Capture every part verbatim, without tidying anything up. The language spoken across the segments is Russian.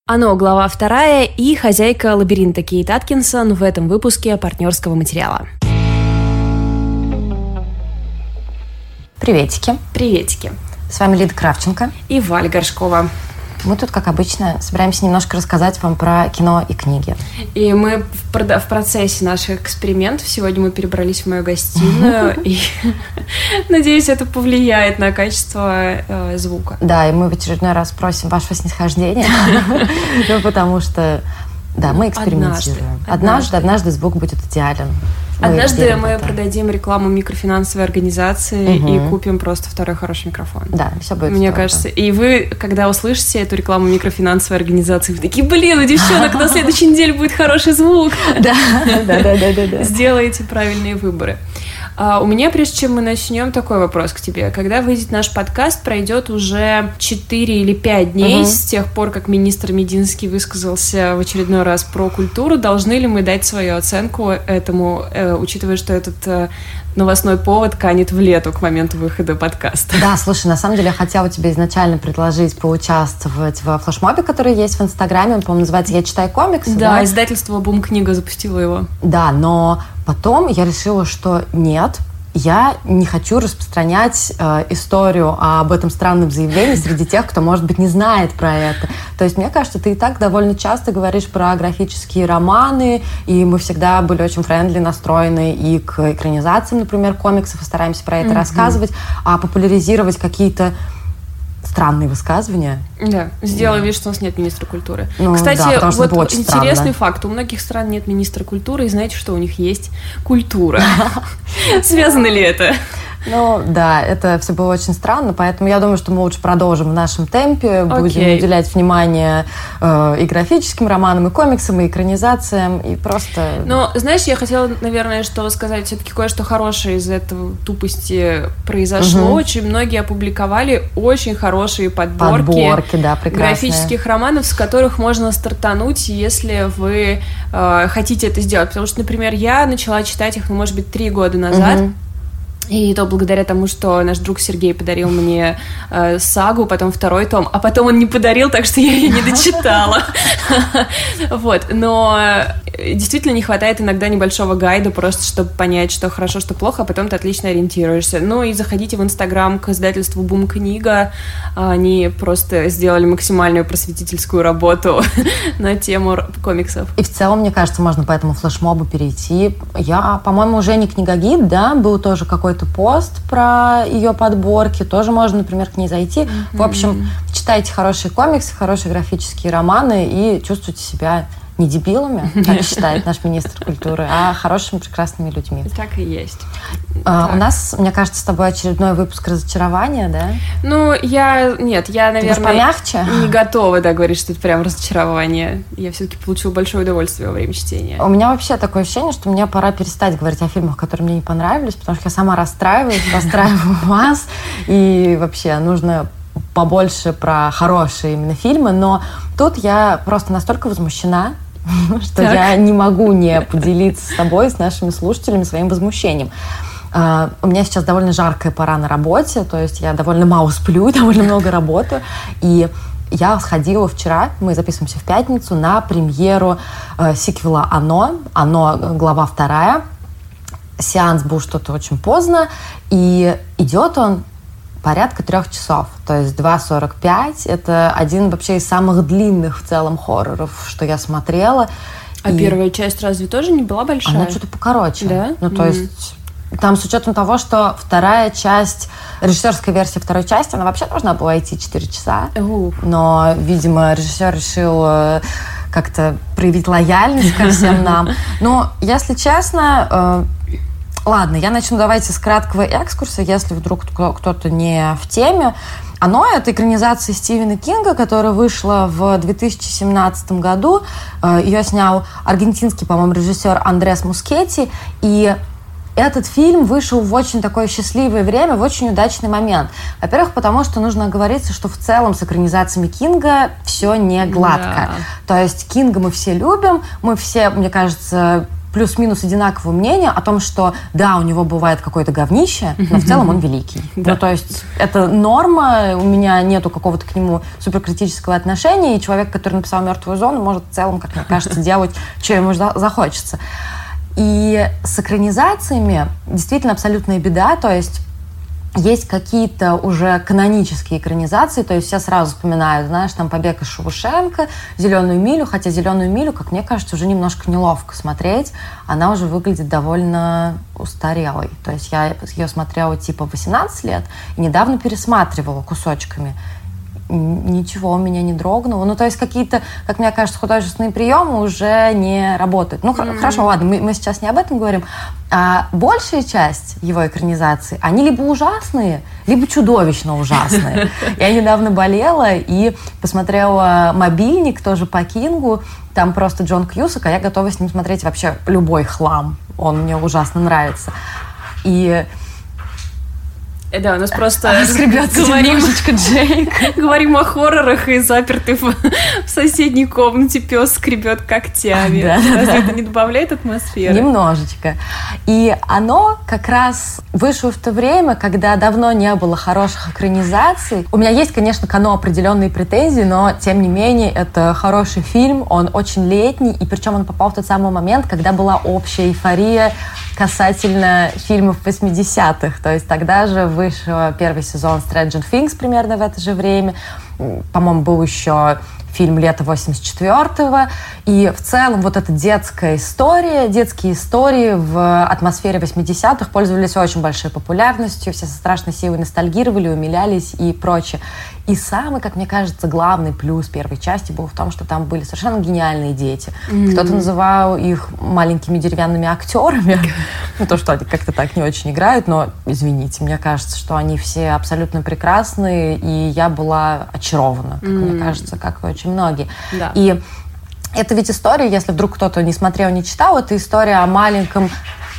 Оно, глава вторая и хозяйка лабиринта Кейт Аткинсон в этом выпуске партнерского материала. Приветики. Приветики. С вами Лида Кравченко. И Валя Горшкова. Мы тут, как обычно, собираемся немножко рассказать вам про кино и книги. И мы в, в процессе наших экспериментов сегодня мы перебрались в мою гостиную, и надеюсь, это повлияет на качество звука. Да, и мы в очередной раз просим вашего снисхождения, ну, потому что, да, мы экспериментируем. Однажды, однажды звук будет идеален. Однажды мы продадим рекламу микрофинансовой организации угу. и купим просто второй хороший микрофон. Да, все будет Мне здорово. кажется. И вы, когда услышите эту рекламу микрофинансовой организации, вы такие, блин, у девчонок на следующей неделе будет хороший звук. Да, да, да, да, да. Сделайте правильные выборы. Uh, у меня, прежде чем мы начнем, такой вопрос к тебе. Когда выйдет наш подкаст, пройдет уже четыре или пять дней uh-huh. с тех пор, как министр Мединский высказался в очередной раз про культуру. Должны ли мы дать свою оценку этому, э, учитывая, что этот э, новостной повод канет в лету к моменту выхода подкаста? Да, слушай, на самом деле я хотела тебе изначально предложить поучаствовать во флешмобе, который есть в Инстаграме. Он, по-моему, называется «Я читаю комиксы». Да, да? Издательство «Бум-книга» запустило его. Да, но потом я решила, что нет, я не хочу распространять э, историю об этом странном заявлении среди тех, кто, может быть, не знает про это. То есть, мне кажется, ты и так довольно часто говоришь про графические романы, и мы всегда были очень френдли настроены и к экранизациям, например, комиксов, и стараемся про это mm-hmm. рассказывать, а популяризировать какие-то странные высказывания. Да, сделай да. вид, что у нас нет министра культуры. Ну, Кстати, да, вот интересный странно. факт. У многих стран нет министра культуры, и знаете, что у них есть культура. Связано ли это? Ну, да, это все было очень странно, поэтому я думаю, что мы лучше продолжим в нашем темпе, будем okay. уделять внимание э, и графическим романам, и комиксам, и экранизациям, и просто... Но, знаешь, я хотела, наверное, что сказать, все-таки кое-что хорошее из этого тупости произошло. Угу. Очень многие опубликовали очень хорошие подборки, подборки да, графических романов, с которых можно стартануть, если вы э, хотите это сделать. Потому что, например, я начала читать их, ну, может быть, три года назад, угу. И то благодаря тому, что наш друг Сергей подарил мне э, сагу, потом второй том, а потом он не подарил, так что я ее не дочитала. Вот, но действительно не хватает иногда небольшого гайда, просто чтобы понять, что хорошо, что плохо, а потом ты отлично ориентируешься. Ну и заходите в Инстаграм к издательству «Бум-книга», они просто сделали максимальную просветительскую работу на тему комиксов. И в целом, мне кажется, можно по этому флешмобу перейти. Я, по-моему, уже не книгагид, да, был тоже какой-то пост про ее подборки, тоже можно, например, к ней зайти. Mm-hmm. В общем, читайте хорошие комиксы, хорошие графические романы и чувствуйте себя не дебилами, как считает наш министр культуры, а хорошими, прекрасными людьми. Так и есть. А, у нас, мне кажется, с тобой очередной выпуск разочарования, да? Ну, я... Нет, я, наверное... Ты помягче? Не готова, да, говорить, что это прям разочарование. Я все-таки получила большое удовольствие во время чтения. У меня вообще такое ощущение, что мне пора перестать говорить о фильмах, которые мне не понравились, потому что я сама расстраиваюсь, расстраиваю вас, и вообще нужно побольше про хорошие именно фильмы, но тут я просто настолько возмущена, что так. я не могу не поделиться с тобой, с нашими слушателями своим возмущением. Uh, у меня сейчас довольно жаркая пора на работе, то есть я довольно мало сплю, довольно много работаю, и я сходила вчера, мы записываемся в пятницу, на премьеру uh, сиквела «Оно», «Оно», глава вторая. Сеанс был что-то очень поздно, и идет он порядка трех часов, то есть два сорок пять. Это один вообще из самых длинных в целом хорроров, что я смотрела. А и... первая часть разве тоже не была большая? Она что-то покороче. Да? Ну, то mm-hmm. есть там с учетом того, что вторая часть, режиссерская версия второй части, она вообще должна была идти четыре часа. Uh-huh. Но, видимо, режиссер решил как-то проявить лояльность ко всем нам. Но, если честно... Ладно, я начну, давайте, с краткого экскурса, если вдруг кто-то не в теме. «Оно» — это экранизация Стивена Кинга, которая вышла в две тысячи семнадцатом году. Ее снял аргентинский, по-моему, режиссер Андрес Мускетти. И этот фильм вышел в очень такое счастливое время, в очень удачный момент. Во-первых, потому что нужно оговориться, что в целом с экранизациями Кинга все не гладко. Да. То есть Кинга мы все любим, мы все, мне кажется, плюс-минус одинаковое мнение о том, что да, у него бывает какое-то говнище, но в целом он великий. Да. Ну, то есть это норма, у меня нету какого-то к нему суперкритического отношения, и человек, который написал «Мертвую зону», может в целом, как мне кажется, делать, что ему захочется. И с экранизациями действительно абсолютная беда, то есть есть какие-то уже канонические экранизации, то есть все сразу вспоминают, знаешь, там «Побег из Шоушенка», «Зеленую милю», хотя «Зеленую милю», как мне кажется, уже немножко неловко смотреть, она уже выглядит довольно устарелой. То есть я ее смотрела типа восемнадцать лет и недавно пересматривала кусочками. Ничего у меня не дрогнуло. Ну, то есть какие-то, как мне кажется, художественные приемы уже не работают. Ну, mm-hmm. хорошо, ладно, мы, мы сейчас не об этом говорим. А большая часть его экранизации, они либо ужасные, либо чудовищно ужасные. Я недавно болела и посмотрела «Мобильник», тоже по Кингу. Там просто Джон Кьюсак, а я готова с ним смотреть вообще любой хлам. Он мне ужасно нравится. И... Да, у нас просто скребется немножечко Джейк. Говорим о хоррорах и заперты в, в соседней комнате пес скребет когтями. Да, Разве да. это не добавляет атмосферы? Немножечко. И оно как раз вышло в то время, когда давно не было хороших экранизаций. У меня есть, конечно, к оно определенные претензии, но, тем не менее, это хороший фильм, он очень летний, и причем он попал в тот самый момент, когда была общая эйфория касательно фильмов восьмидесятых. То есть тогда же вышел первый сезон Stranger Things примерно в это же время. По-моему, был еще фильм «Лето восемьдесят четвёртого». И в целом вот эта детская история, детские истории в атмосфере восьмидесятых пользовались очень большой популярностью. Все со страшной силой ностальгировали, умилялись и прочее. И самый, как мне кажется, главный плюс первой части был в том, что там были совершенно гениальные дети. Mm-hmm. Кто-то называл их маленькими деревянными актерами. Ну, то, что они как-то так не очень играют, но, извините, мне кажется, что они все абсолютно прекрасные, и я была очарована, как mm-hmm. мне кажется, как и очень многие. Да. И это ведь история, если вдруг кто-то не смотрел, не читал, это история о маленьком...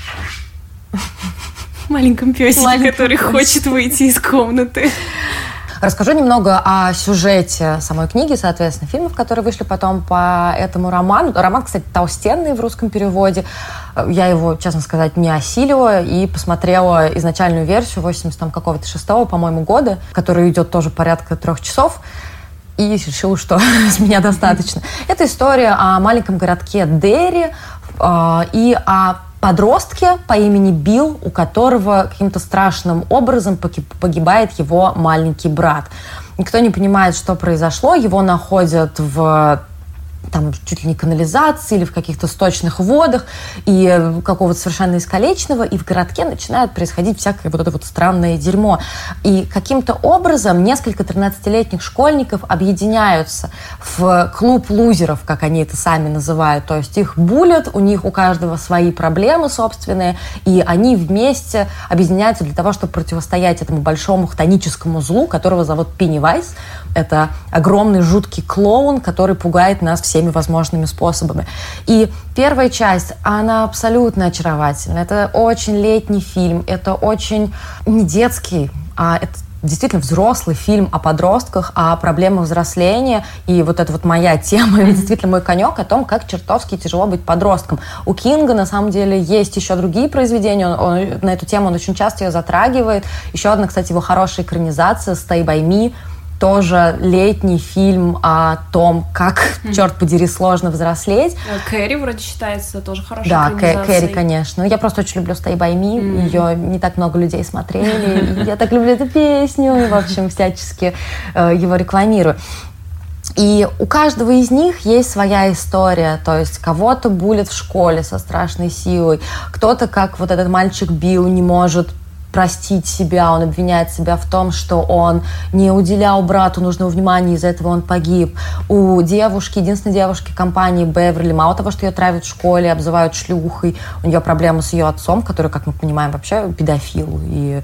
Маленьком песике, который хочет выйти из комнаты. Расскажу немного о сюжете самой книги, соответственно, фильмов, которые вышли потом по этому роману. Роман, кстати, толстенный в русском переводе. Я его, честно сказать, не осилила и посмотрела изначальную версию восемьдесят какого-то шестого, по-моему, года, которая идет тоже порядка трех часов. И решила, что с меня достаточно. Это история о маленьком городке Дерри э, и о подростке по имени Билл, у которого каким-то страшным образом погибает его маленький брат. Никто не понимает, что произошло. Его находят в там чуть ли не канализации или в каких-то сточных водах и какого-то совершенно искалеченного, и в городке начинает происходить всякое вот это вот странное дерьмо. И каким-то образом несколько тринадцатилетних школьников объединяются в клуб лузеров, как они это сами называют, то есть их булят, у них у каждого свои проблемы собственные, и они вместе объединяются для того, чтобы противостоять этому большому хтоническому злу, которого зовут Пеннивайз. Это огромный жуткий клоун, который пугает нас всеми возможными способами. И первая часть, она абсолютно очаровательна. Это очень летний фильм, это очень не детский, а это действительно взрослый фильм о подростках, о проблемах взросления. И вот это вот моя тема, действительно мой конек о том, как чертовски тяжело быть подростком. У Кинга, на самом деле, есть еще другие произведения. Он, он, на эту тему он очень часто ее затрагивает. Еще одна, кстати, его хорошая экранизация «Stay by Me». Тоже летний фильм о том, как, mm-hmm. черт подери, сложно взрослеть. Кэрри вроде считается тоже хорошей да, экранизацией. Да, Кэрри, конечно. Я просто очень люблю «Stay by Me». Mm-hmm. Ее не так много людей смотрели. Я так люблю эту песню. И, в общем, всячески э, его рекламирую. И у каждого из них есть своя история. То есть кого-то булят в школе со страшной силой. Кто-то, как вот этот мальчик Билл, не может простить себя, он обвиняет себя в том, что он не уделял брату нужного внимания, из-за этого он погиб. У девушки, единственной девушки компании Беверли, мало того, что ее травят в школе, обзывают шлюхой, у нее проблемы с ее отцом, который, как мы понимаем, вообще педофил, и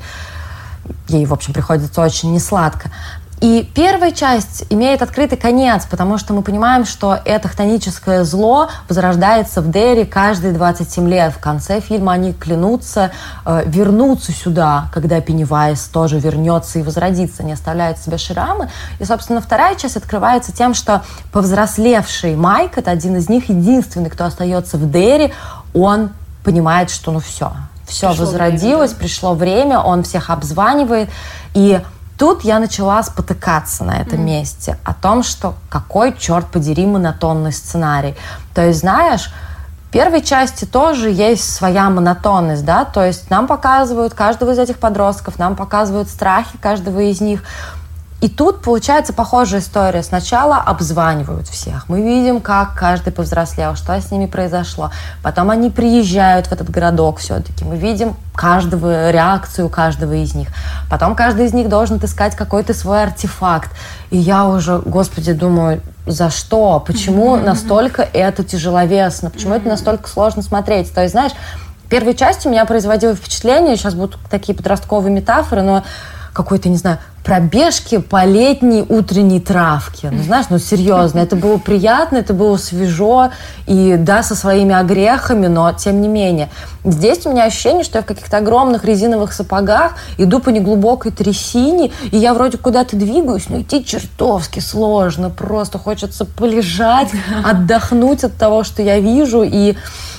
ей, в общем, приходится очень несладко. И первая часть имеет открытый конец, потому что мы понимаем, что это хтоническое зло возрождается в Дерри каждые двадцать семь лет. В конце фильма они клянутся э, вернуться сюда, когда Пеннивайз тоже вернется и возродится, не оставляет себе шрамы. И, собственно, вторая часть открывается тем, что повзрослевший Майк, это один из них, единственный, кто остается в Дерри, он понимает, что ну все, все пришло возродилось, время, да? Пришло время, он всех обзванивает. И тут я начала спотыкаться на этом mm-hmm. месте о том, что какой, черт подери, монотонный сценарий. То есть, знаешь, в первой части тоже есть своя монотонность, да, то есть нам показывают каждого из этих подростков, нам показывают страхи каждого из них. И тут получается похожая история. Сначала обзванивают всех. Мы видим, как каждый повзрослел, что с ними произошло. Потом они приезжают в этот городок все-таки. Мы видим каждого, реакцию каждого из них. Потом каждый из них должен отыскать какой-то свой артефакт. И я уже, господи, думаю, за что? Почему mm-hmm. настолько это тяжеловесно? Почему mm-hmm. это настолько сложно смотреть? То есть, знаешь, первая часть у меня производила впечатление, сейчас будут такие подростковые метафоры, но какой-то, не знаю, пробежки по летней утренней травке. Ну, знаешь, ну, серьезно, это было приятно, это было свежо, и, да, со своими огрехами, но тем не менее. Здесь у меня ощущение, что я в каких-то огромных резиновых сапогах иду по неглубокой трясине, и я вроде куда-то двигаюсь, но идти чертовски сложно, просто хочется полежать, отдохнуть от того, что я вижу, и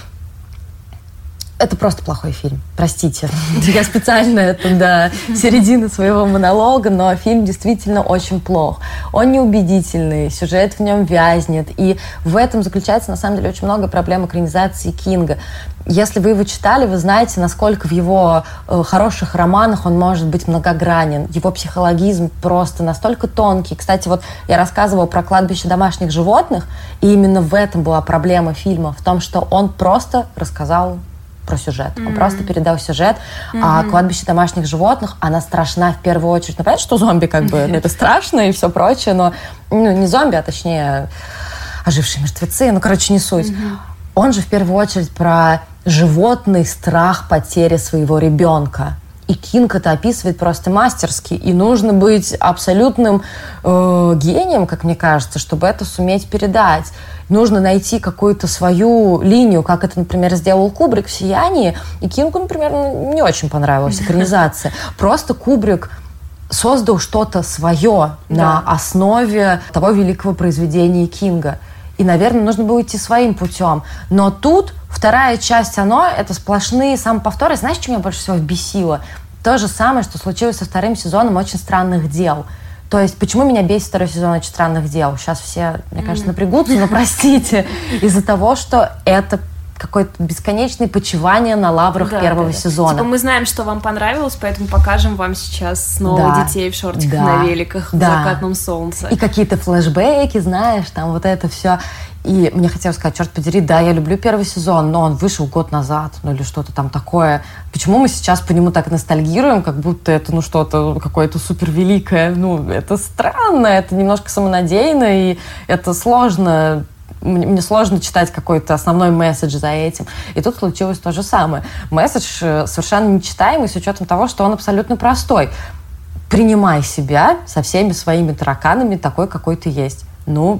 это просто плохой фильм, простите. Я специально это до середины своего монолога, но фильм действительно очень плох. Он неубедительный, сюжет в нем вязнет, и в этом заключается, на самом деле, очень много проблем экранизации Кинга. Если вы его читали, вы знаете, насколько в его э, хороших романах он может быть многогранен. Его психологизм просто настолько тонкий. Кстати, вот я рассказывала про «Кладбище домашних животных», и именно в этом была проблема фильма, в том, что он просто рассказал про сюжет. Mm-hmm. Он просто передал сюжет. Mm-hmm. А «Кладбище домашних животных», она страшна в первую очередь. Ну, понятно, что зомби как бы, ну, это страшно и все прочее, но ну, не зомби, а точнее ожившие мертвецы. Ну, короче, не суть. Mm-hmm. Он же в первую очередь про животный страх потери своего ребенка. И Кинг это описывает просто мастерски. И нужно быть абсолютным э, гением, как мне кажется, чтобы это суметь передать. Нужно найти какую-то свою линию, как это, например, сделал Кубрик в «Сиянии». И Кингу, например, не очень понравилась экранизация. Просто Кубрик создал что-то свое на основе того великого произведения Кинга. И, наверное, нужно было идти своим путем. Но тут вторая часть, оно, это сплошные самоповторы. Знаешь, что меня больше всего вбесило? То же самое, что случилось со вторым сезоном «Очень странных дел». То есть, почему меня бесит второй сезон «Очень странных дел»? Сейчас все, мне кажется, напрягутся, но простите. Из-за того, что это какое-то бесконечное почивание на лаврах да, первого да, да. сезона. Типа мы знаем, что вам понравилось, поэтому покажем вам сейчас снова да, детей в шортиках да, на великах да. в закатном солнце. И какие-то флешбеки, знаешь, там вот это все. И мне хотелось сказать, черт подери, да, я люблю первый сезон, но он вышел год назад, ну или что-то там такое. Почему мы сейчас по нему так ностальгируем, как будто это, ну, что-то какое-то супервеликое? Ну, это странно, это немножко самонадеянно, и это сложно. Мне сложно читать какой-то основной месседж за этим. И тут случилось то же самое. Месседж совершенно нечитаемый с учетом того, что он абсолютно простой. Принимай себя со всеми своими тараканами такой, какой ты есть. Ну,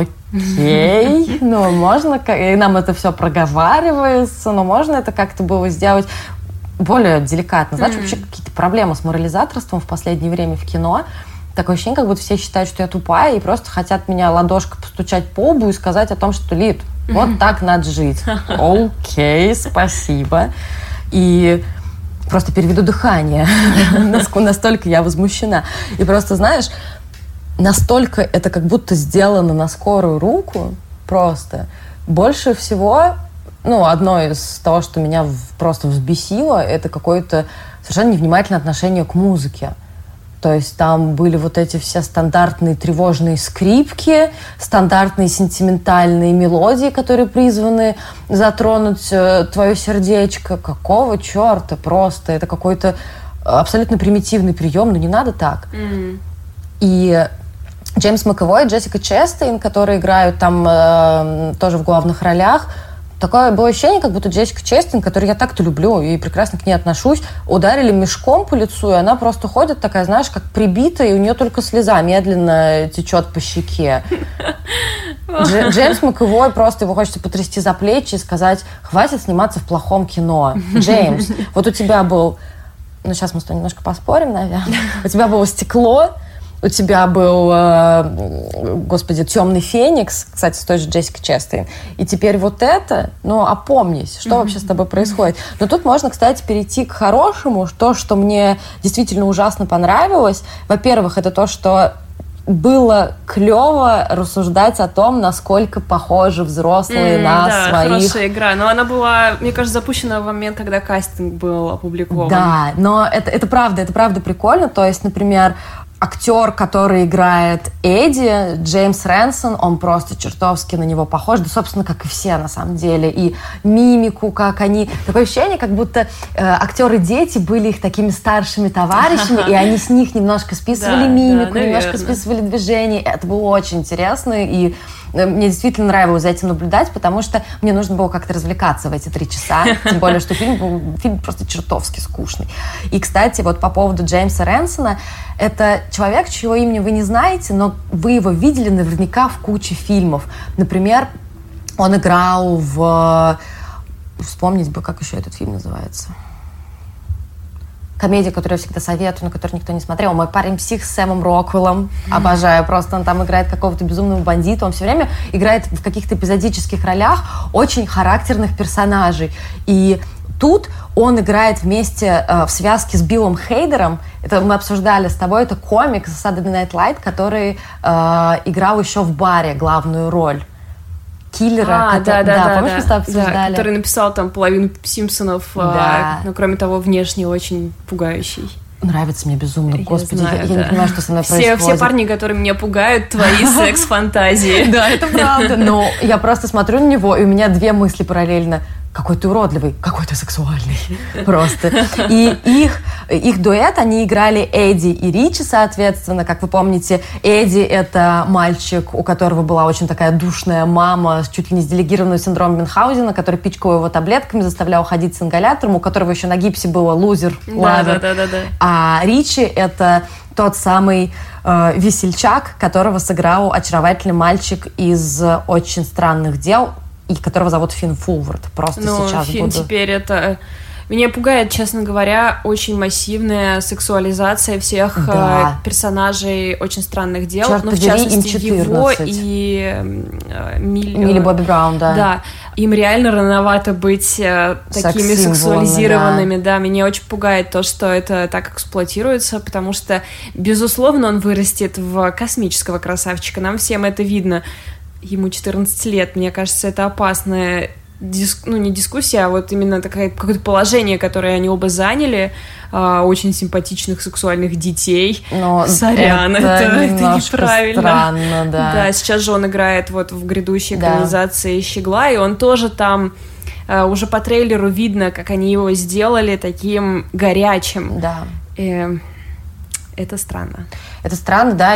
окей, ну, можно, и нам это все проговаривается, но можно это как-то было сделать более деликатно. Знаешь, вообще какие-то проблемы с морализаторством в последнее время в кино. Такое ощущение, как будто все считают, что я тупая, и просто хотят меня ладошкой постучать по лбу и сказать о том, что, Лид, вот так надо жить. Окей, спасибо. И просто переведу дыхание. Настолько я возмущена. И просто, знаешь, настолько это как будто сделано на скорую руку, просто. Больше всего, ну, одно из того, что меня просто взбесило, это какое-то совершенно невнимательное отношение к музыке. То есть там были вот эти все стандартные тревожные скрипки, стандартные сентиментальные мелодии, которые призваны затронуть э, твое сердечко. Какого черта просто? Это какой-то абсолютно примитивный прием, но не надо так. Mm. И Джеймс Макэвой и Джессика Честейн, которые играют там э, тоже в главных ролях, такое было ощущение, как будто Джессика Честейн, которую я так-то люблю и прекрасно к ней отношусь, ударили мешком по лицу, и она просто ходит такая, знаешь, как прибитая, и у нее только слеза медленно течет по щеке. Дж- Джеймс Макэвой, просто его хочется потрясти за плечи и сказать, хватит сниматься в плохом кино. Джеймс, вот у тебя был... Ну, сейчас мы с тобой немножко поспорим, наверное. У тебя было «Стекло», у тебя был, э, господи, «Темный феникс», кстати, с той же Джессикой Честейн, и теперь вот это, ну, опомнись, что mm-hmm. вообще с тобой происходит. Но тут можно, кстати, перейти к хорошему, то, что мне действительно ужасно понравилось. Во-первых, это то, что было клево рассуждать о том, насколько похожи взрослые mm, на да, своих... Да, хорошая игра. Но она была, мне кажется, запущена в момент, когда кастинг был опубликован. Да, но это, это правда, это правда прикольно. То есть, например, актер, который играет Эдди, Джеймс Рэнсон, он просто чертовски на него похож, да, собственно, как и все, на самом деле, и мимику, как они... Такое ощущение, как будто э, актеры-дети были их такими старшими товарищами, и они с них немножко списывали да, мимику, да, немножко списывали движения. Это было очень интересно, и мне действительно нравилось за этим наблюдать, потому что мне нужно было как-то развлекаться в эти три часа, тем более, что фильм был фильм просто чертовски скучный. И, кстати, вот по поводу Джеймса Рэнсона, это человек, чьего имени вы не знаете, но вы его видели наверняка в куче фильмов. Например, он играл в... Вспомнить бы, как еще этот фильм называется. Комедия, которую я всегда советую, на которую никто не смотрел. «Мой парень псих» с Сэмом Роквеллом. Обожаю. Просто он там играет какого-то безумного бандита. Он все время играет в каких-то эпизодических ролях очень характерных персонажей. И тут он играет вместе э, в связке с Биллом Хейдером. Это мы обсуждали с тобой. Это комик Saturday Night Live, который э, играл еще в «Баре» главную роль. Киллера, а, который, да, да, да, да, помнишь, да, мы с тобой обсуждали? Да, который написал там половину «Симпсонов», да. а, но кроме того, внешне очень пугающий. Нравится мне безумно, я господи, знаю, я, я да. не понимаю, что со мной все, происходит. Все парни, которые меня пугают, твои секс-фантазии. Да, это правда, но я просто смотрю на него, и у меня две мысли параллельно. Какой ты уродливый, какой ты сексуальный. Просто. И их, их дуэт, они играли Эдди и Ричи, соответственно. Как вы помните, Эдди — это мальчик, у которого была очень такая душная мама, чуть ли не с делегированным синдромом Мюнхгаузена, который пичкал его таблетками, заставлял ходить с ингалятором, у которого еще на гипсе было лузер, лазер. Да, да, да, да. А Ричи — это тот самый э, весельчак, которого сыграл очаровательный мальчик из «Очень странных дел», и которого зовут Финн Фулвард. Просто ну, сейчас Финн буду... теперь это... Меня пугает, честно говоря, очень массивная сексуализация всех да. э, персонажей «Очень странных дел». Черт ну, в побери, частности, им его и э, Милли... Милли Бобби Браун, да. Да. Им реально рановато быть э, такими сексуализированными. Да. да, меня очень пугает то, что это так эксплуатируется, потому что, безусловно, он вырастет в космического красавчика. Нам всем это видно. Ему четырнадцать лет. Мне кажется, это опасная дис... ну, не дискуссия, а вот именно такое какое-то положение, которое они оба заняли, а, очень симпатичных сексуальных детей. Но Сорян, это, это, это неправильно. Странно, да. Да, сейчас же он играет вот в грядущей экранизации да. «Щегла», и он тоже там а, уже по трейлеру видно, как они его сделали таким горячим. Да. И это странно. Это странно, да,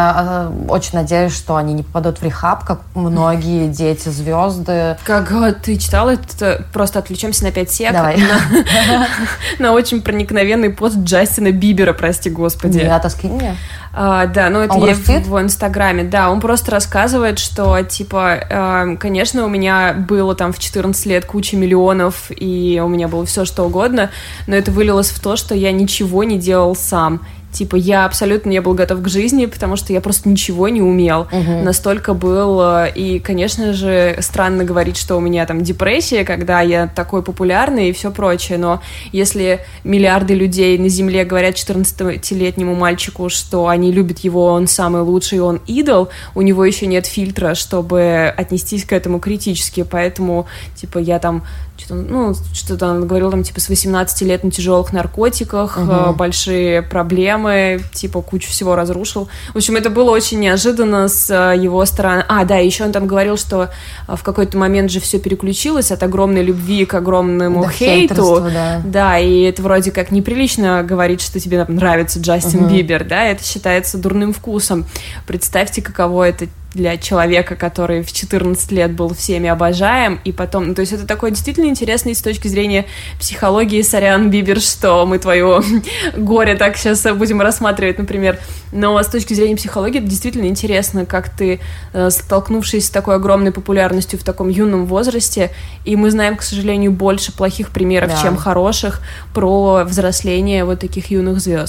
я э, очень надеюсь, что они не попадут в рехаб, как многие дети-звезды. Как ты читала, это просто отвлечемся на пять сек. Давай. На, на очень проникновенный пост Джастина Бибера, прости господи. Нет, скинь мне. А, да, ну это он я грустит? в, в Инстаграме, да, он просто рассказывает, что, типа, э, конечно, у меня было там в четырнадцать лет куча миллионов, и у меня было все что угодно, но это вылилось в то, что я ничего не делал сам. Типа, я абсолютно не был готов к жизни, потому что я просто ничего не умел. Uh-huh. Настолько был... И, конечно же, странно говорить, что у меня там депрессия, когда я такой популярный и все прочее, но если миллиарды людей на Земле говорят четырнадцатилетнему мальчику, что они любят его, он самый лучший, он идол, у него еще нет фильтра, чтобы отнестись к этому критически, поэтому, типа, я там... Что-то, ну, что-то он говорил, там, типа, с восемнадцати лет на тяжелых наркотиках, uh-huh. большие проблемы, типа, кучу всего разрушил. В общем, это было очень неожиданно с его стороны. А, да, еще он там говорил, что в какой-то момент же все переключилось от огромной любви к огромному да, хейту. Да. да, и это вроде как неприлично говорить, что тебе там, нравится Джастин uh-huh. Бибер, да, это считается дурным вкусом. Представьте, каково это для человека, который в четырнадцать лет был всеми обожаем, и потом... Ну, то есть это такой действительно интересный с точки зрения психологии, сорян, Бибер, что мы твое горе так сейчас будем рассматривать, например. Но с точки зрения психологии это действительно интересно, как ты, столкнувшись с такой огромной популярностью в таком юном возрасте, и мы знаем, к сожалению, больше плохих примеров, да. чем хороших, про взросление вот таких юных звезд.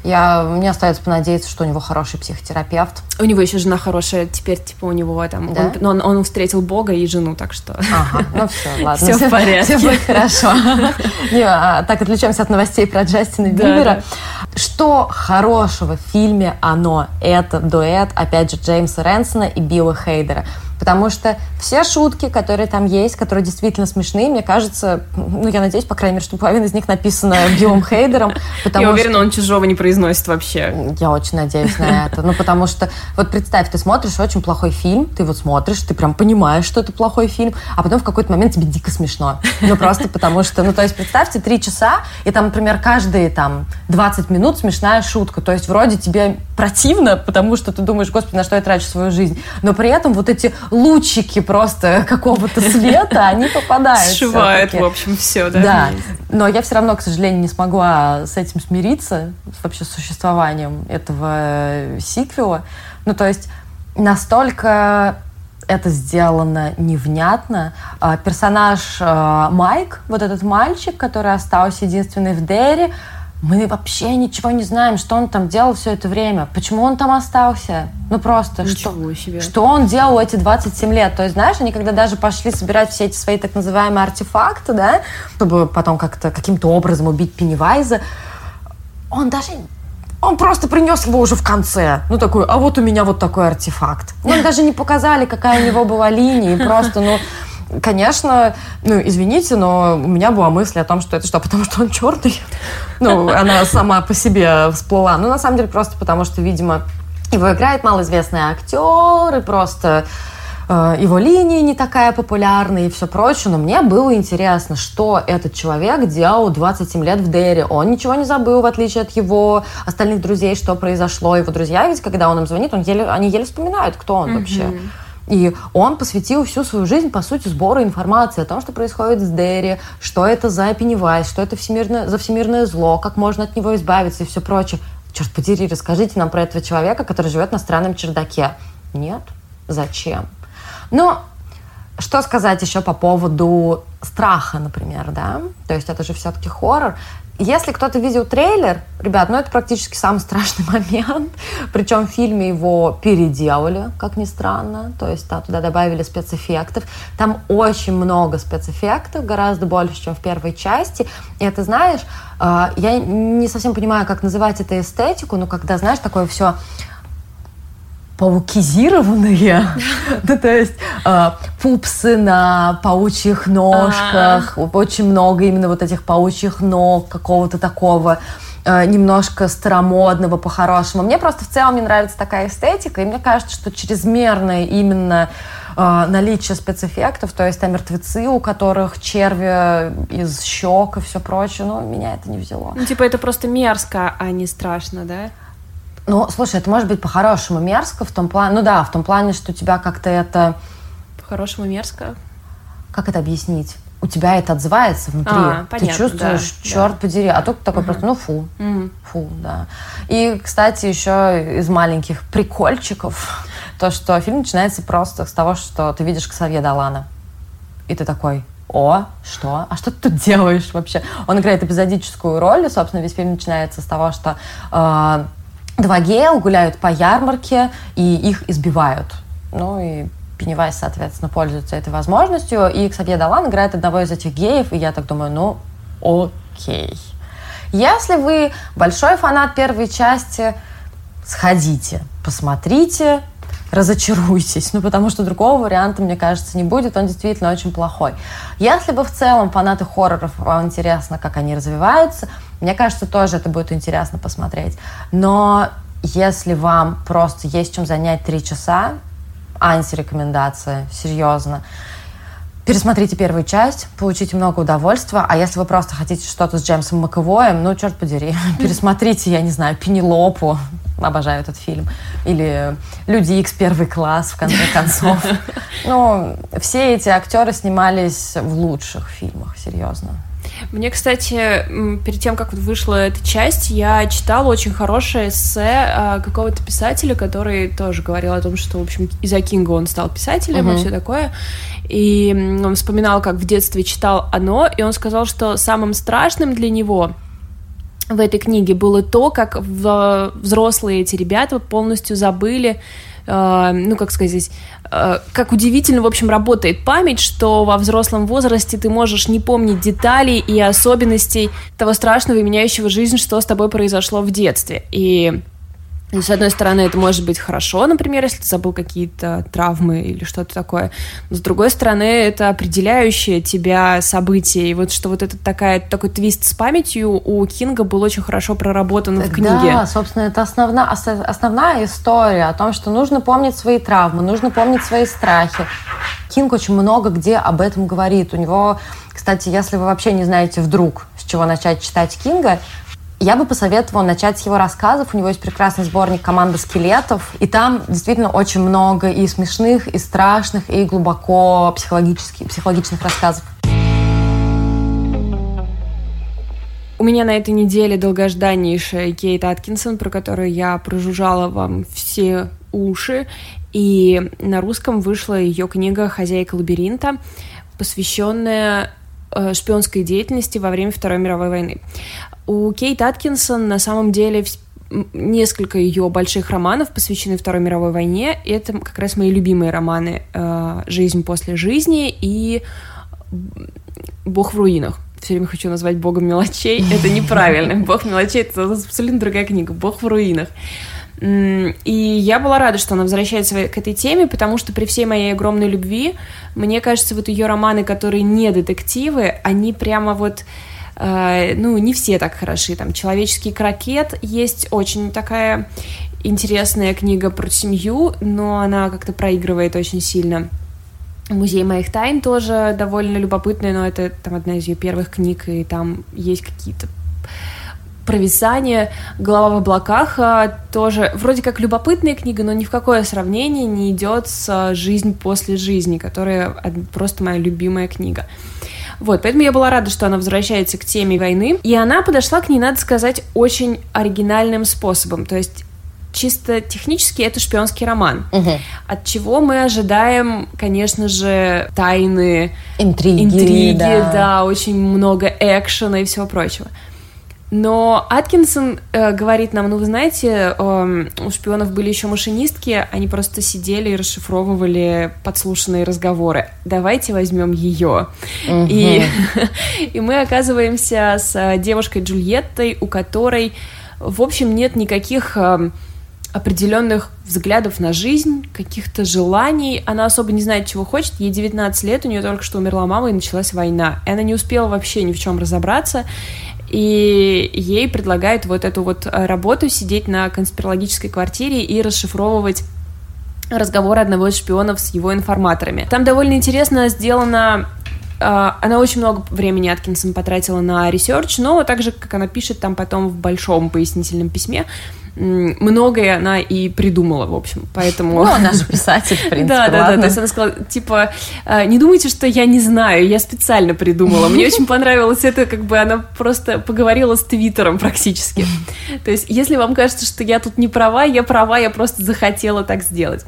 Я, мне остается понадеяться, что у него хороший психотерапевт. У него еще жена хорошая, теперь, типа, у него там... Да? Он, он, он встретил Бога и жену, так что... Ага, ну все, ладно. Все в порядке. Все будет хорошо. Не, а, так, отвлечемся от новостей про Джастина Бибера. Да, да. Что хорошего в фильме «Оно»? Это дуэт, опять же, Джеймса Рэнсона и Билла Хейдера. Потому что все шутки, которые там есть, которые действительно смешные, мне кажется, ну, я надеюсь, по крайней мере, что половина из них написана Биллом Хейдером. Я уверена, он чужого не произносит вообще. Я очень надеюсь на это. Ну, потому что, вот представь, ты смотришь очень плохой фильм, ты вот смотришь, ты прям понимаешь, что это плохой фильм, а потом в какой-то момент тебе дико смешно. Ну, просто потому что, ну, то есть, представьте, три часа, и там, например, каждые там двадцать минут смешная шутка. То есть, вроде тебе противно, потому что ты думаешь, господи, на что я трачу свою жизнь. Но при этом вот эти лучики просто какого-то света, они попадают. Сшивают, в общем, все, да? Да. Но я все равно, к сожалению, не смогла с этим смириться, вообще с существованием этого сиквела. Ну, то есть настолько это сделано невнятно. Персонаж Майк, вот этот мальчик, который остался единственный в Дерри, мы вообще ничего не знаем, что он там делал все это время. Почему он там остался? Ну просто, что, что он делал эти двадцать семь лет? То есть, знаешь, они когда даже пошли собирать все эти свои так называемые артефакты, да, чтобы потом как-то каким-то образом убить Пеннивайза, он даже... Он просто принес его уже в конце. Ну, такой, а вот у меня вот такой артефакт. Нам даже не показали, какая у него была линия. И просто, ну... Конечно, ну, извините, но у меня была мысль о том, что это что, потому что он черный? Ну, она сама по себе всплыла. Ну, на самом деле, просто потому что, видимо, его играет малоизвестный актер, и просто э, его линия не такая популярная и все прочее. Но мне было интересно, что этот человек делал двадцать семь лет в Дерри. Он ничего не забыл, в отличие от его остальных друзей, что произошло. Его друзья ведь, когда он им звонит, он еле, они еле вспоминают, кто он mm-hmm. вообще. И он посвятил всю свою жизнь, по сути, сбору информации о том, что происходит с Дерри, что это за Пеннивайз, что это всемирное, за всемирное зло, как можно от него избавиться и все прочее. Черт подери, расскажите нам про этого человека, который живет на странном чердаке. Нет? Зачем? Но что сказать еще по поводу страха, например, да? То есть это же все-таки хоррор. Если кто-то видел трейлер, ребят, ну это практически самый страшный момент. Причем в фильме его переделали, как ни странно. То есть да, туда добавили спецэффектов. Там очень много спецэффектов, гораздо больше, чем в первой части. И это, знаешь, я не совсем понимаю, как называть это эстетику, но когда, знаешь, такое все... паукизированные, ну, то есть э, пупсы на паучьих ножках, А-а-а. очень много именно вот этих паучьих ног, какого-то такого э, немножко старомодного по-хорошему. Мне просто в целом не нравится такая эстетика, и мне кажется, что чрезмерное именно э, наличие спецэффектов, то есть там мертвецы, у которых черви из щек и все прочее, ну, меня это не взяло. Ну, типа это просто мерзко, а не страшно, да? Ну, слушай, это может быть по-хорошему мерзко в том плане... Ну да, в том плане, что у тебя как-то это... По-хорошему мерзко? Как это объяснить? У тебя это отзывается внутри. А, ты понятно, чувствуешь, да, черт да. подери. А тут такой uh-huh. просто, ну фу. Uh-huh. Фу, да. И, кстати, еще из маленьких прикольчиков, то, что фильм начинается просто с того, что ты видишь Ксавье Долана. И ты такой... О, что? А что ты тут делаешь вообще? Он играет эпизодическую роль, и, собственно, весь фильм начинается с того, что... Э, Два гея гуляют по ярмарке, и их избивают. Ну и Пеннивайз, соответственно, пользуется этой возможностью. И Ксавье Долан играет одного из этих геев, и я так думаю, ну, окей. Если вы большой фанат первой части, сходите, посмотрите, разочаруйтесь. Ну, потому что другого варианта, мне кажется, не будет. Он действительно очень плохой. Если бы в целом фанаты хорроров, вам интересно, как они развиваются, мне кажется, тоже это будет интересно посмотреть. Но если вам просто есть чем занять три часа, антирекомендация, серьезно, пересмотрите первую часть, получите много удовольствия. А если вы просто хотите что-то с Джеймсом Макэвоем, ну, черт подери, пересмотрите, я не знаю, Пенелопу. Обожаю этот фильм. Или «Люди Икс. Первый класс», в конце концов. Ну, все эти актеры снимались в лучших фильмах, серьезно. Мне, кстати, перед тем, как вышла эта часть, я читала очень хорошее эссе какого-то писателя, который тоже говорил о том, что, в общем, из-за Кинга он стал писателем uh-huh. и все такое. И он вспоминал, как в детстве читал «Оно», и он сказал, что самым страшным для него в этой книге было то, как взрослые эти ребята полностью забыли, ну, как сказать, как удивительно, в общем, работает память, что во взрослом возрасте ты можешь не помнить деталей и особенностей того страшного и меняющего жизнь, что с тобой произошло в детстве. И с одной стороны, это может быть хорошо, например, если ты забыл какие-то травмы или что-то такое. Но с другой стороны, это определяющее тебя событие. И вот что вот этот такая, такой твист с памятью у Кинга был очень хорошо проработан в книге. Да, собственно, это основна, основная история о том, что нужно помнить свои травмы, нужно помнить свои страхи. Кинг очень много где об этом говорит. У него, кстати, если вы вообще не знаете вдруг, с чего начать читать Кинга, я бы посоветовала начать с его рассказов. У него есть прекрасный сборник «Команда скелетов». И там действительно очень много и смешных, и страшных, и глубоко психологических, психологичных рассказов. У меня на этой неделе долгожданнейшая Кейт Аткинсон, про которую я прожужжала вам все уши. И на русском вышла ее книга «Хозяйка лабиринта», посвященная шпионской деятельности во время Второй мировой войны. У Кейт Аткинсон на самом деле несколько ее больших романов посвящены Второй мировой войне. Это как раз мои любимые романы «Жизнь после жизни» и «Бог в руинах». Все время хочу назвать «Богом мелочей». Это неправильно. «Бог мелочей» — это абсолютно другая книга. «Бог в руинах». И я была рада, что она возвращается к этой теме, потому что при всей моей огромной любви, мне кажется, вот ее романы, которые не детективы, они прямо вот, э, ну, не все так хороши. Там «Человеческий крокет» есть очень такая интересная книга про семью, но она как-то проигрывает очень сильно. «Музей моих тайн» тоже довольно любопытная, но это там одна из ее первых книг, и там есть какие-то провисание, «Голова в облаках» тоже вроде как любопытная книга, но ни в какое сравнение не идет с «Жизнь после жизни», которая просто моя любимая книга. Вот, поэтому я была рада, что она возвращается к теме войны, и она подошла к ней, надо сказать, очень оригинальным способом, то есть чисто технически это шпионский роман, угу. От чего мы ожидаем, конечно же, тайны, интриги, интриги да. да, очень много экшена и всего прочего. Но Аткинсон э, говорит нам, ну, вы знаете, э, у шпионов были еще машинистки, они просто сидели и расшифровывали подслушанные разговоры. Давайте возьмем ее. Uh-huh. И, и мы оказываемся с девушкой Джульеттой, у которой, в общем, нет никаких э, определенных взглядов на жизнь, каких-то желаний. Она особо не знает, чего хочет. Ей девятнадцать лет, у нее только что умерла мама, и началась война. И она не успела вообще ни в чем разобраться. И ей предлагают вот эту вот работу, сидеть на конспирологической квартире и расшифровывать разговоры одного из шпионов с его информаторами. Там довольно интересно сделано. Она очень много времени, Аткинсон, потратила на ресерч, но так же, как она пишет там потом в большом пояснительном письме, многое она и придумала, в общем, поэтому... Ну, она же писатель, в принципе, да, да, да, то есть она сказала, типа, не думайте, что я не знаю, я специально придумала. Мне очень понравилось это, как бы она просто поговорила с Твиттером практически. То есть, если вам кажется, что я тут не права, я права, я просто захотела так сделать.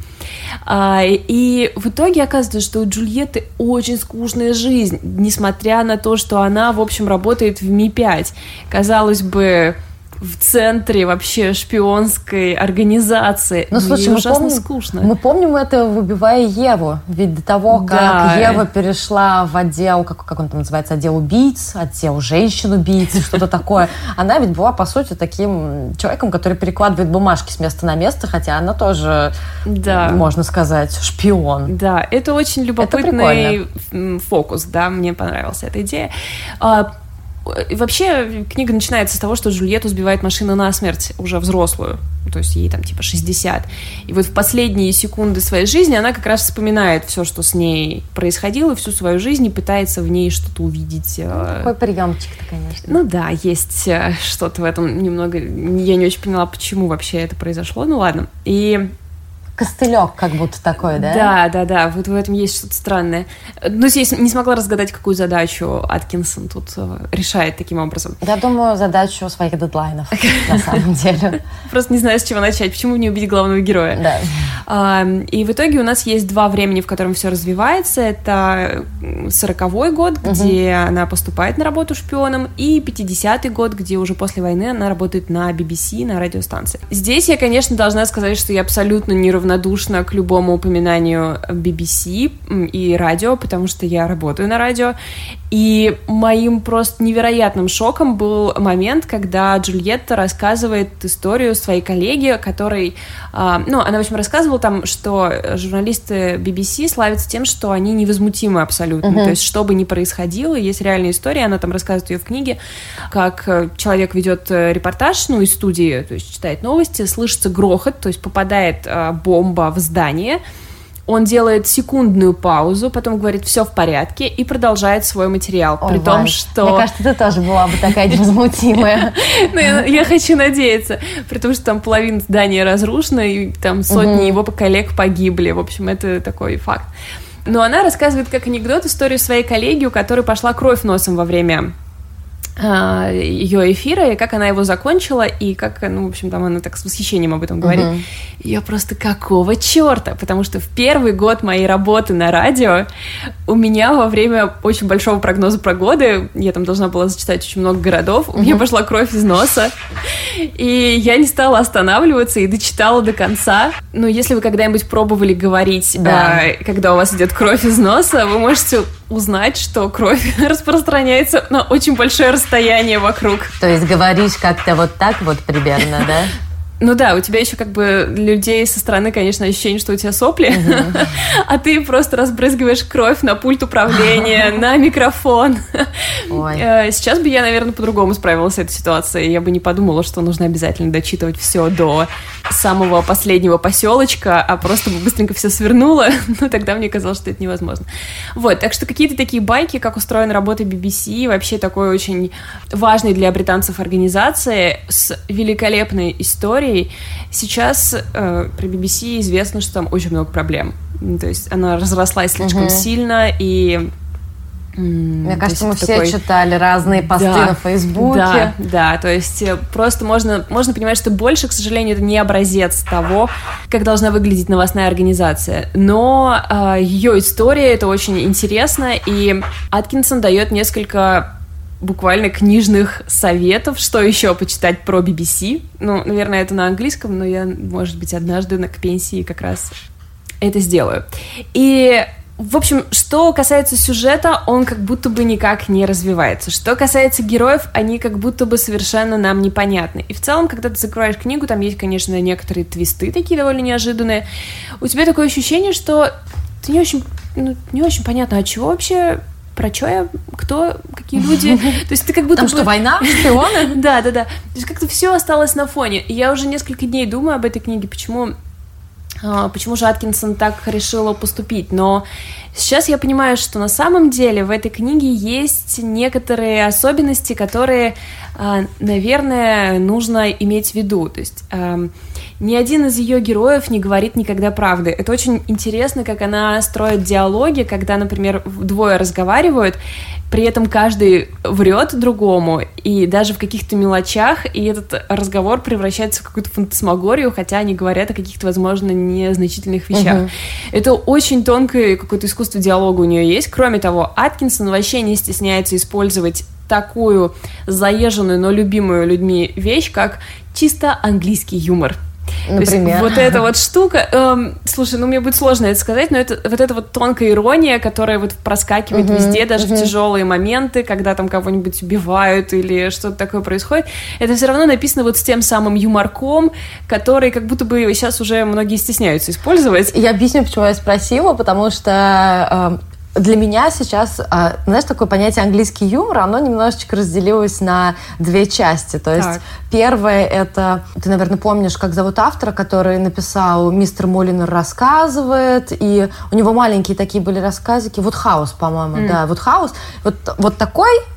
И в итоге оказывается, что у Джульетты очень скучная жизнь, несмотря на то, что она, в общем, работает в Ми пять. Казалось бы, в центре вообще шпионской организации. Ну, слушай, мы ужасно помним, скучно. Мы помним это, «Убивая Еву». Ведь до того, как да. Ева перешла в отдел, как, как он там называется, отдел убийц, отдел женщин-убийц, что-то такое, она ведь была, по сути, таким человеком, который перекладывает бумажки с места на место, хотя она тоже, да. можно сказать, шпион. Да, это очень любопытный фокус, да, мне понравилась эта идея. Вообще, книга начинается с того, что Джульетту сбивает машина насмерть, уже взрослую, то есть ей там типа шестьдесят. И вот в последние секунды своей жизни она как раз вспоминает все, что с ней происходило, всю свою жизнь, и пытается в ней что-то увидеть. Ну, такой приемчик-то, конечно. Ну да, есть что-то в этом немного... Я не очень поняла, почему вообще это произошло, ну ладно. И костылек как будто такой, да? Да, да, да, вот в этом есть что-то странное. Но здесь не смогла разгадать, какую задачу Аткинсон тут решает таким образом. Я думаю, задачу своих дедлайнов, на самом деле. Просто не знаю, с чего начать, почему не убить главного героя. Да. И в итоге у нас есть два времени, в котором все развивается. Это сороковой год, где она поступает на работу шпионом, и пятидесятый год, где уже после войны она работает на би би си, на радиостанции. Здесь я, конечно, должна сказать, что я абсолютно неравнодушна к любому упоминанию би би си и радио, потому что я работаю на радио. И моим просто невероятным шоком был момент, когда Джульетта рассказывает историю своей коллеги, которой... Ну, она, в общем, рассказывала там, что журналисты би би си славятся тем, что они невозмутимы абсолютно. Uh-huh. То есть, что бы ни происходило, есть реальная история, она там рассказывает ее в книге, как человек ведет репортаж, ну, из студии, то есть читает новости, слышится грохот, то есть попадает бомба в здание, он делает секундную паузу, потом говорит «все в порядке» и продолжает свой материал. Ой, при том, Вань, что... Мне кажется, ты тоже была бы такая невозмутимая. Ну, я хочу надеяться. При том, что там половина здания разрушена, и там сотни его коллег погибли. В общем, это такой факт. Но она рассказывает как анекдот историю своей коллеги, у которой пошла кровь носом во время ее эфира, и как она его закончила, и как, ну, в общем, там она так с восхищением об этом говорит. Uh-huh. И я просто, какого черта? Потому что в первый год моей работы на радио у меня во время очень большого прогноза погоды, я там должна была зачитать очень много городов, uh-huh. у меня пошла кровь из носа, и я не стала останавливаться и дочитала до конца. Но если вы когда-нибудь пробовали говорить, да. э, когда у вас идет кровь из носа, вы можете узнать, что кровь распространяется на очень большое расстояние вокруг. То есть говоришь как-то вот так вот примерно, да? Ну да, у тебя еще как бы людей со стороны, конечно, ощущение, что у тебя сопли, uh-huh. а ты просто разбрызгиваешь кровь на пульт управления, на микрофон. Ой. Сейчас бы я, наверное, по-другому справилась с этой ситуацией. Я бы не подумала, что нужно обязательно дочитывать все до самого последнего поселочка, а просто бы быстренько все свернула. Но тогда мне казалось, что это невозможно. Вот, так что какие-то такие байки, как устроена работа би би си, вообще такой очень важной для британцев организации с великолепной историей. Сейчас э, про би би си известно, что там очень много проблем. То есть она разрослась слишком uh-huh. сильно, и... Мне кажется, мы такой... все читали разные посты да, на Фейсбуке. Да, да, то есть просто можно, можно понимать, что больше, к сожалению, это не образец того, как должна выглядеть новостная организация. Но э, ее история, это очень интересно, и Аткинсон дает несколько... буквально книжных советов, что еще почитать про би би си. Ну, наверное, это на английском, но я, может быть, однажды к пенсии как раз это сделаю. И, в общем, что касается сюжета, он как будто бы никак не развивается. Что касается героев, они как будто бы совершенно нам непонятны. И в целом, когда ты закрываешь книгу, там есть, конечно, некоторые твисты такие довольно неожиданные. У тебя такое ощущение, что ты не очень, ну, не очень понятно, а чего вообще... Про что я, кто, какие люди. То есть ты как будто... Там бы... что, война? Шпионы? Да, да, да. То есть как-то все осталось на фоне. И я уже несколько дней думаю об этой книге, почему, почему же Аткинсон так решила поступить. Но сейчас я понимаю, что на самом деле в этой книге есть некоторые особенности, которые, наверное, нужно иметь в виду. То есть... Ни один из ее героев не говорит никогда правды. Это очень интересно, как она строит диалоги, когда, например, двое разговаривают, при этом каждый врет другому, и даже в каких-то мелочах, и этот разговор превращается в какую-то фантасмагорию, хотя они говорят о каких-то, возможно, незначительных вещах. Uh-huh. Это очень тонкое какое-то искусство диалога у нее есть. Кроме того, Аткинсон вообще не стесняется использовать такую заезженную, но любимую людьми вещь, как чисто английский юмор. Например. То есть вот эта вот штука, эм, слушай, ну мне будет сложно это сказать, но это вот эта вот тонкая ирония, которая вот проскакивает uh-huh, везде, даже uh-huh. в тяжелые моменты, когда там кого-нибудь убивают или что-то такое происходит, это все равно написано вот с тем самым юморком, который как будто бы сейчас уже многие стесняются использовать. Я объясню, почему я спросила, потому что... Э, Для меня сейчас, знаешь, такое понятие английский юмор, оно немножечко разделилось на две части. То есть так. Первое это, ты, наверное, помнишь, как зовут автора, который написал «Мистер Молинер рассказывает», и у него маленькие такие были рассказики. Вудхаус, по-моему, mm. да, Вудхаус. Вот, вот такой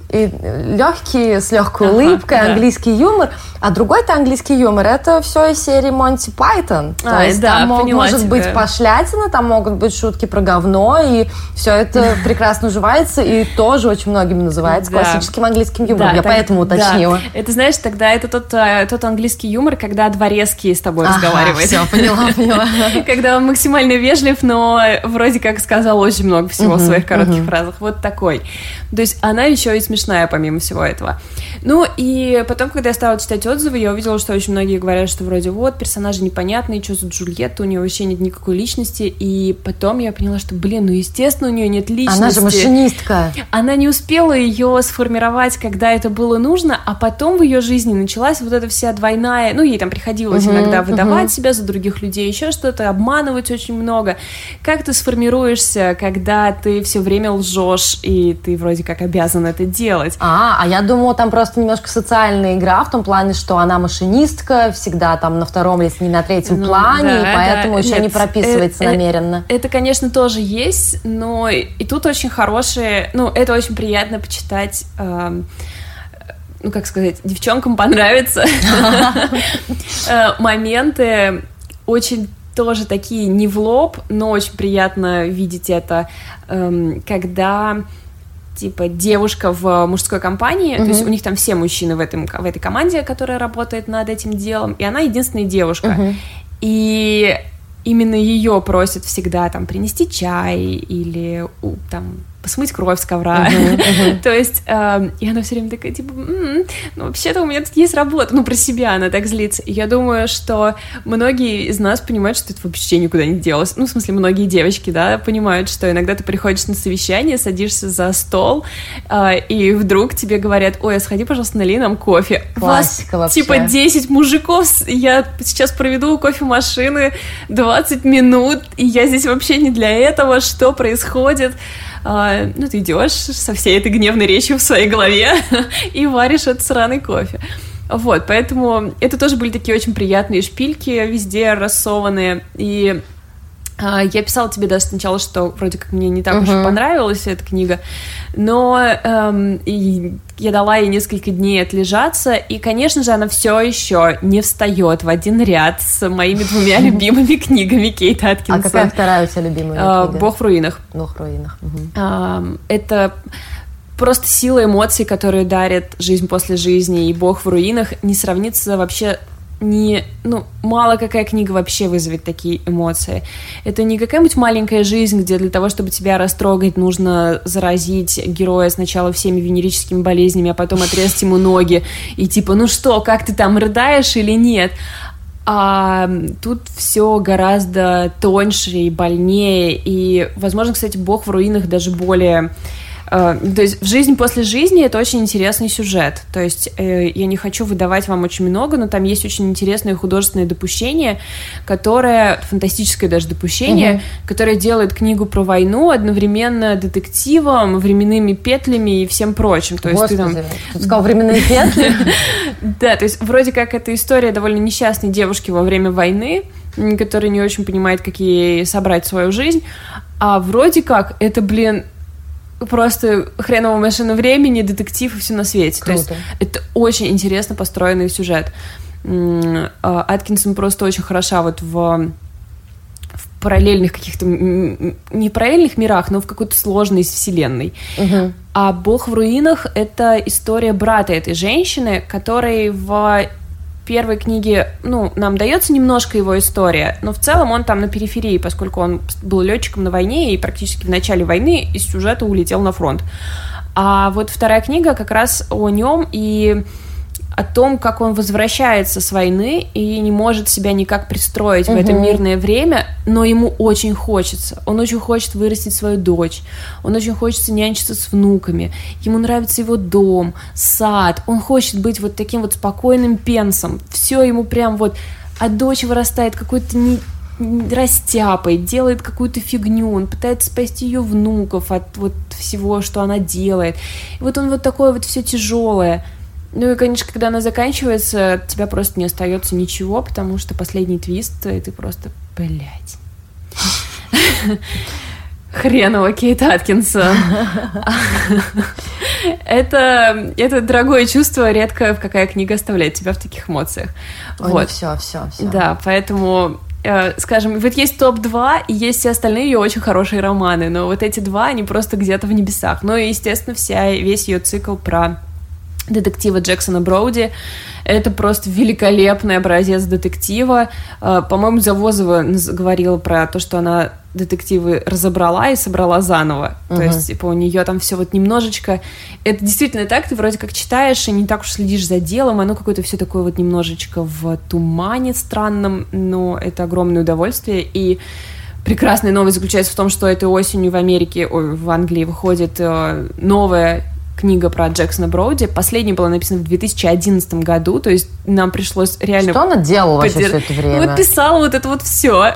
и легкий, с легкой улыбкой, ага, английский да. юмор. А другой-то английский юмор, это все из серии Монти Пайтон. То а, есть да, там мог, может тебя. быть пошлятина, там могут быть шутки про говно, и все это прекрасно уживается, и тоже очень многими называется да. классическим английским юмором. Да, Я так, поэтому уточнила. Да. Это, знаешь, тогда это тот, тот английский юмор, когда дворецкий с тобой ага, разговаривает. Все, поняла, поняла. Когда он максимально вежлив, но вроде как сказал очень много всего в своих коротких фразах. Вот такой. То есть она еще и смешная, помимо всего этого. Ну, и потом, когда я стала читать отзывы, я увидела, что очень многие говорят, что вроде вот, персонажи непонятные, что за Джульетта, у нее вообще нет никакой личности, и потом я поняла, что, блин, ну, естественно, у нее нет личности. Она же машинистка. Она не успела ее сформировать, когда это было нужно, а потом в ее жизни началась вот эта вся двойная, ну, ей там приходилось uh-huh, иногда выдавать uh-huh. себя за других людей, еще что-то, обманывать очень много. Как ты сформируешься, когда ты все время лжешь, и ты вроде как обязан это делать? А, а я думала, там просто немножко социальная игра, в том плане, что она машинистка, всегда там на втором, если не на третьем ну, плане, да, и поэтому да. еще Нет, не прописывается это, намеренно. Это, это, конечно, тоже есть, но и тут очень хорошие, ну, это очень приятно почитать, э, ну, как сказать, девчонкам понравится моменты очень тоже такие не в лоб, но очень приятно видеть это, когда... типа девушка в мужской компании, uh-huh. то есть у них там все мужчины в, этом, в этой команде, которая работает над этим делом, и она единственная девушка. Uh-huh. И именно ее просят всегда там принести чай или там смыть кровь с ковра. Uh-huh, uh-huh. То есть, э, и она все время такая, типа, м-м, ну, вообще-то у меня тут есть работа. Ну, про себя она так злится. И я думаю, что многие из нас понимают, что это вообще никуда не делось. Ну, в смысле, многие девочки, да, понимают, что иногда ты приходишь на совещание, садишься за стол, э, и вдруг тебе говорят, ой, сходи, пожалуйста, налей нам кофе. Классика Вас, вообще. Типа, десять мужиков, я сейчас проведу у кофемашины двадцать минут, и я здесь вообще не для этого, что происходит? Uh, ну, ты идешь со всей этой гневной речью в своей голове и варишь этот сраный кофе. Вот, поэтому это тоже были такие очень приятные шпильки, везде рассованные. И uh, я писала тебе даже сначала, что вроде как мне не так uh-huh. уж и понравилась эта книга, но um, и я дала ей несколько дней отлежаться, и, конечно же, она все еще не встает в один ряд с моими двумя любимыми книгами Кейт Аткинсон. А какая вторая у тебя любимая uh, книга? «Бог в руинах». «Бог в руинах». Угу. Uh, это просто сила эмоций, которые дарит «Жизнь после жизни», и «Бог в руинах» не сравнится вообще... Не, ну, мало какая книга вообще вызовет такие эмоции. Это не какая-нибудь маленькая жизнь, где для того, чтобы тебя растрогать, нужно заразить героя сначала всеми венерическими болезнями, а потом отрезать ему ноги. И типа, ну что, как ты там, рыдаешь или нет? А тут все гораздо тоньше и больнее. И, возможно, кстати, «Бог в руинах» даже более... Uh, то есть «Жизнь после жизни» — это очень интересный сюжет. То есть э, я не хочу выдавать вам очень много, но там есть очень интересное художественное допущение, которое, фантастическое даже допущение, uh-huh. которое делает книгу про войну одновременно детективом, временными петлями и всем прочим. То есть Господи, ты там... ты сказал временные петли? Да, то есть вроде как это история довольно несчастной девушки во время войны, которая не очень понимает, как ей собрать свою жизнь, а вроде как это, блин, просто хреновая машина времени, детектив и все на свете. Круто. То есть это очень интересно построенный сюжет. Аткинсон просто очень хороша вот в, в параллельных каких-то, не параллельных мирах, но в какой-то сложной вселенной. Угу. А «Бог в руинах» — это история брата этой женщины, который в первой книге, ну, нам дается немножко его история, но в целом он там на периферии, поскольку он был летчиком на войне и практически в начале войны из сюжета улетел на фронт. А вот вторая книга как раз о нем и о том, как он возвращается с войны и не может себя никак пристроить uh-huh. в это мирное время, но ему очень хочется. Он очень хочет вырастить свою дочь, он очень хочет нянчиться с внуками, ему нравится его дом, сад, он хочет быть вот таким вот спокойным пенсом. Все ему прям вот... А дочь вырастает какой-то не... растяпой, делает какую-то фигню, он пытается спасти ее внуков от вот всего, что она делает. И вот он вот такое вот все тяжелое. Ну и, конечно, когда она заканчивается, от тебя просто не остается ничего, потому что последний твист, и ты просто, блядь. Хреново Кейт Аткинсон. это, это дорогое чувство, редко какая книга оставляет тебя в таких эмоциях. Ой, вот. все, все, все. Да, поэтому... Скажем, вот есть топ два, и есть все остальные ее очень хорошие романы, но вот эти два, они просто где-то в небесах. Ну и, естественно, вся, весь ее цикл про детектива Джексона Броуди. Это просто великолепный образец детектива. По-моему, Завозова говорила про то, что она детективы разобрала и собрала заново. Uh-huh. То есть, типа, у нее там все вот немножечко... Это действительно так, ты вроде как читаешь и не так уж следишь за делом, оно какое-то все такое вот немножечко в тумане странном, но это огромное удовольствие. И прекрасная новость заключается в том, что этой осенью в Америке, ой, в Англии выходит новая книга про Джексона Броуди. Последняя была написана в две тысячи одиннадцатом году, то есть нам пришлось реально... Что она делала вообще подер... все это время? Вот писала вот это вот все.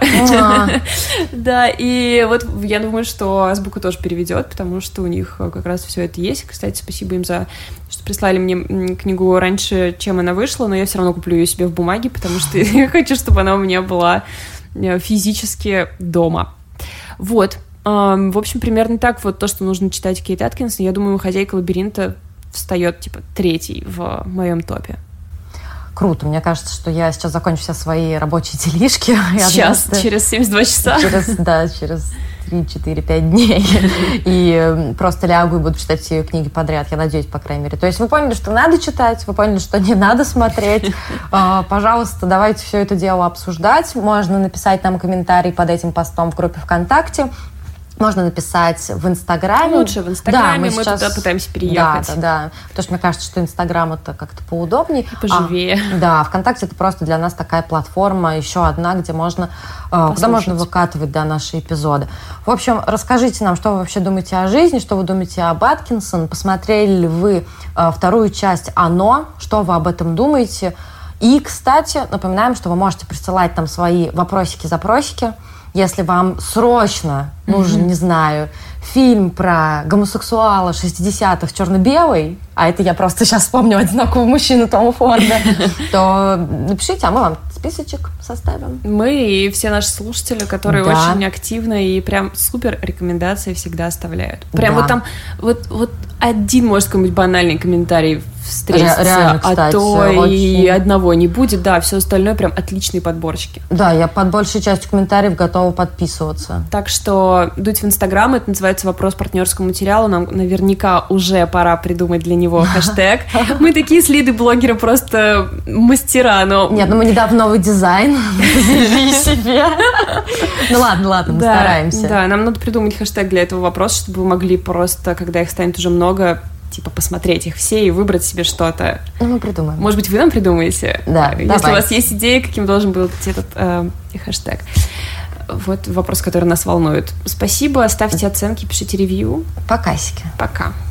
Да, и вот я думаю, что Азбука тоже переведет, потому что у них как раз все это есть. Кстати, спасибо им за что прислали мне книгу раньше, чем она вышла, но я все равно куплю ее себе в бумаге, потому что я хочу, чтобы она у меня была физически дома. Вот. В общем, примерно так вот то, что нужно читать Кейт Аткинсон. Я думаю, «Хозяйка лабиринта» встает, типа, третий в моем топе. Круто. Мне кажется, что я сейчас закончу все свои рабочие делишки. Сейчас, однажды... через семьдесят два часа. Через, да, через три, четыре, пять дней. И просто лягу и буду читать все ее книги подряд. Я надеюсь, по крайней мере. То есть вы поняли, что надо читать, вы поняли, что не надо смотреть. Пожалуйста, давайте все это дело обсуждать. Можно написать нам комментарий под этим постом в группе ВКонтакте. Можно написать в Инстаграме. Лучше в Инстаграме, да, мы, мы сейчас... туда пытаемся переехать. Да, да, да. Потому что мне кажется, что Инстаграм это как-то поудобнее. И поживее. А, да, ВКонтакте это просто для нас такая платформа, еще одна, где можно, куда можно выкатывать да, наши эпизоды. В общем, расскажите нам, что вы вообще думаете о жизни, что вы думаете об Аткинсон, посмотрели ли вы а, вторую часть «Оно», что вы об этом думаете. И, кстати, напоминаем, что вы можете присылать там свои вопросики-запросики. Если вам срочно нужен, mm-hmm. не знаю, фильм про гомосексуала шестидесятых черно-белый, а это я просто сейчас вспомню «Одинокого мужчину» Тома Форда, то напишите, а мы вам списочек составим. Мы и все наши слушатели, которые да. очень активно и прям супер рекомендации всегда оставляют. Прям да. вот там вот, вот один, может, какой-нибудь банальный комментарий встретится, Реально, кстати, а то очень... и одного не будет. Да, все остальное прям отличные подборчики. Да, я под большей частью комментариев готова подписываться. Так что дуть в Инстаграм, это называется «Вопрос партнерского материала». Нам наверняка уже пора придумать для него хэштег. Мы такие с Лидой блогеры просто мастера, но... Нет, ну мы недавно новый дизайн завели себе. Ну ладно, ладно, мы стараемся. Да, нам надо придумать хэштег для этого вопроса, чтобы вы могли просто, когда их станет уже много, типа посмотреть их все и выбрать себе что-то. Ну, мы придумаем. Может быть, вы нам придумаете? Да, Если давай. у вас есть идея, каким должен быть этот э, хэштег. Вот вопрос, который нас волнует. Спасибо, ставьте оценки, пишите ревью. Покасики. Пока.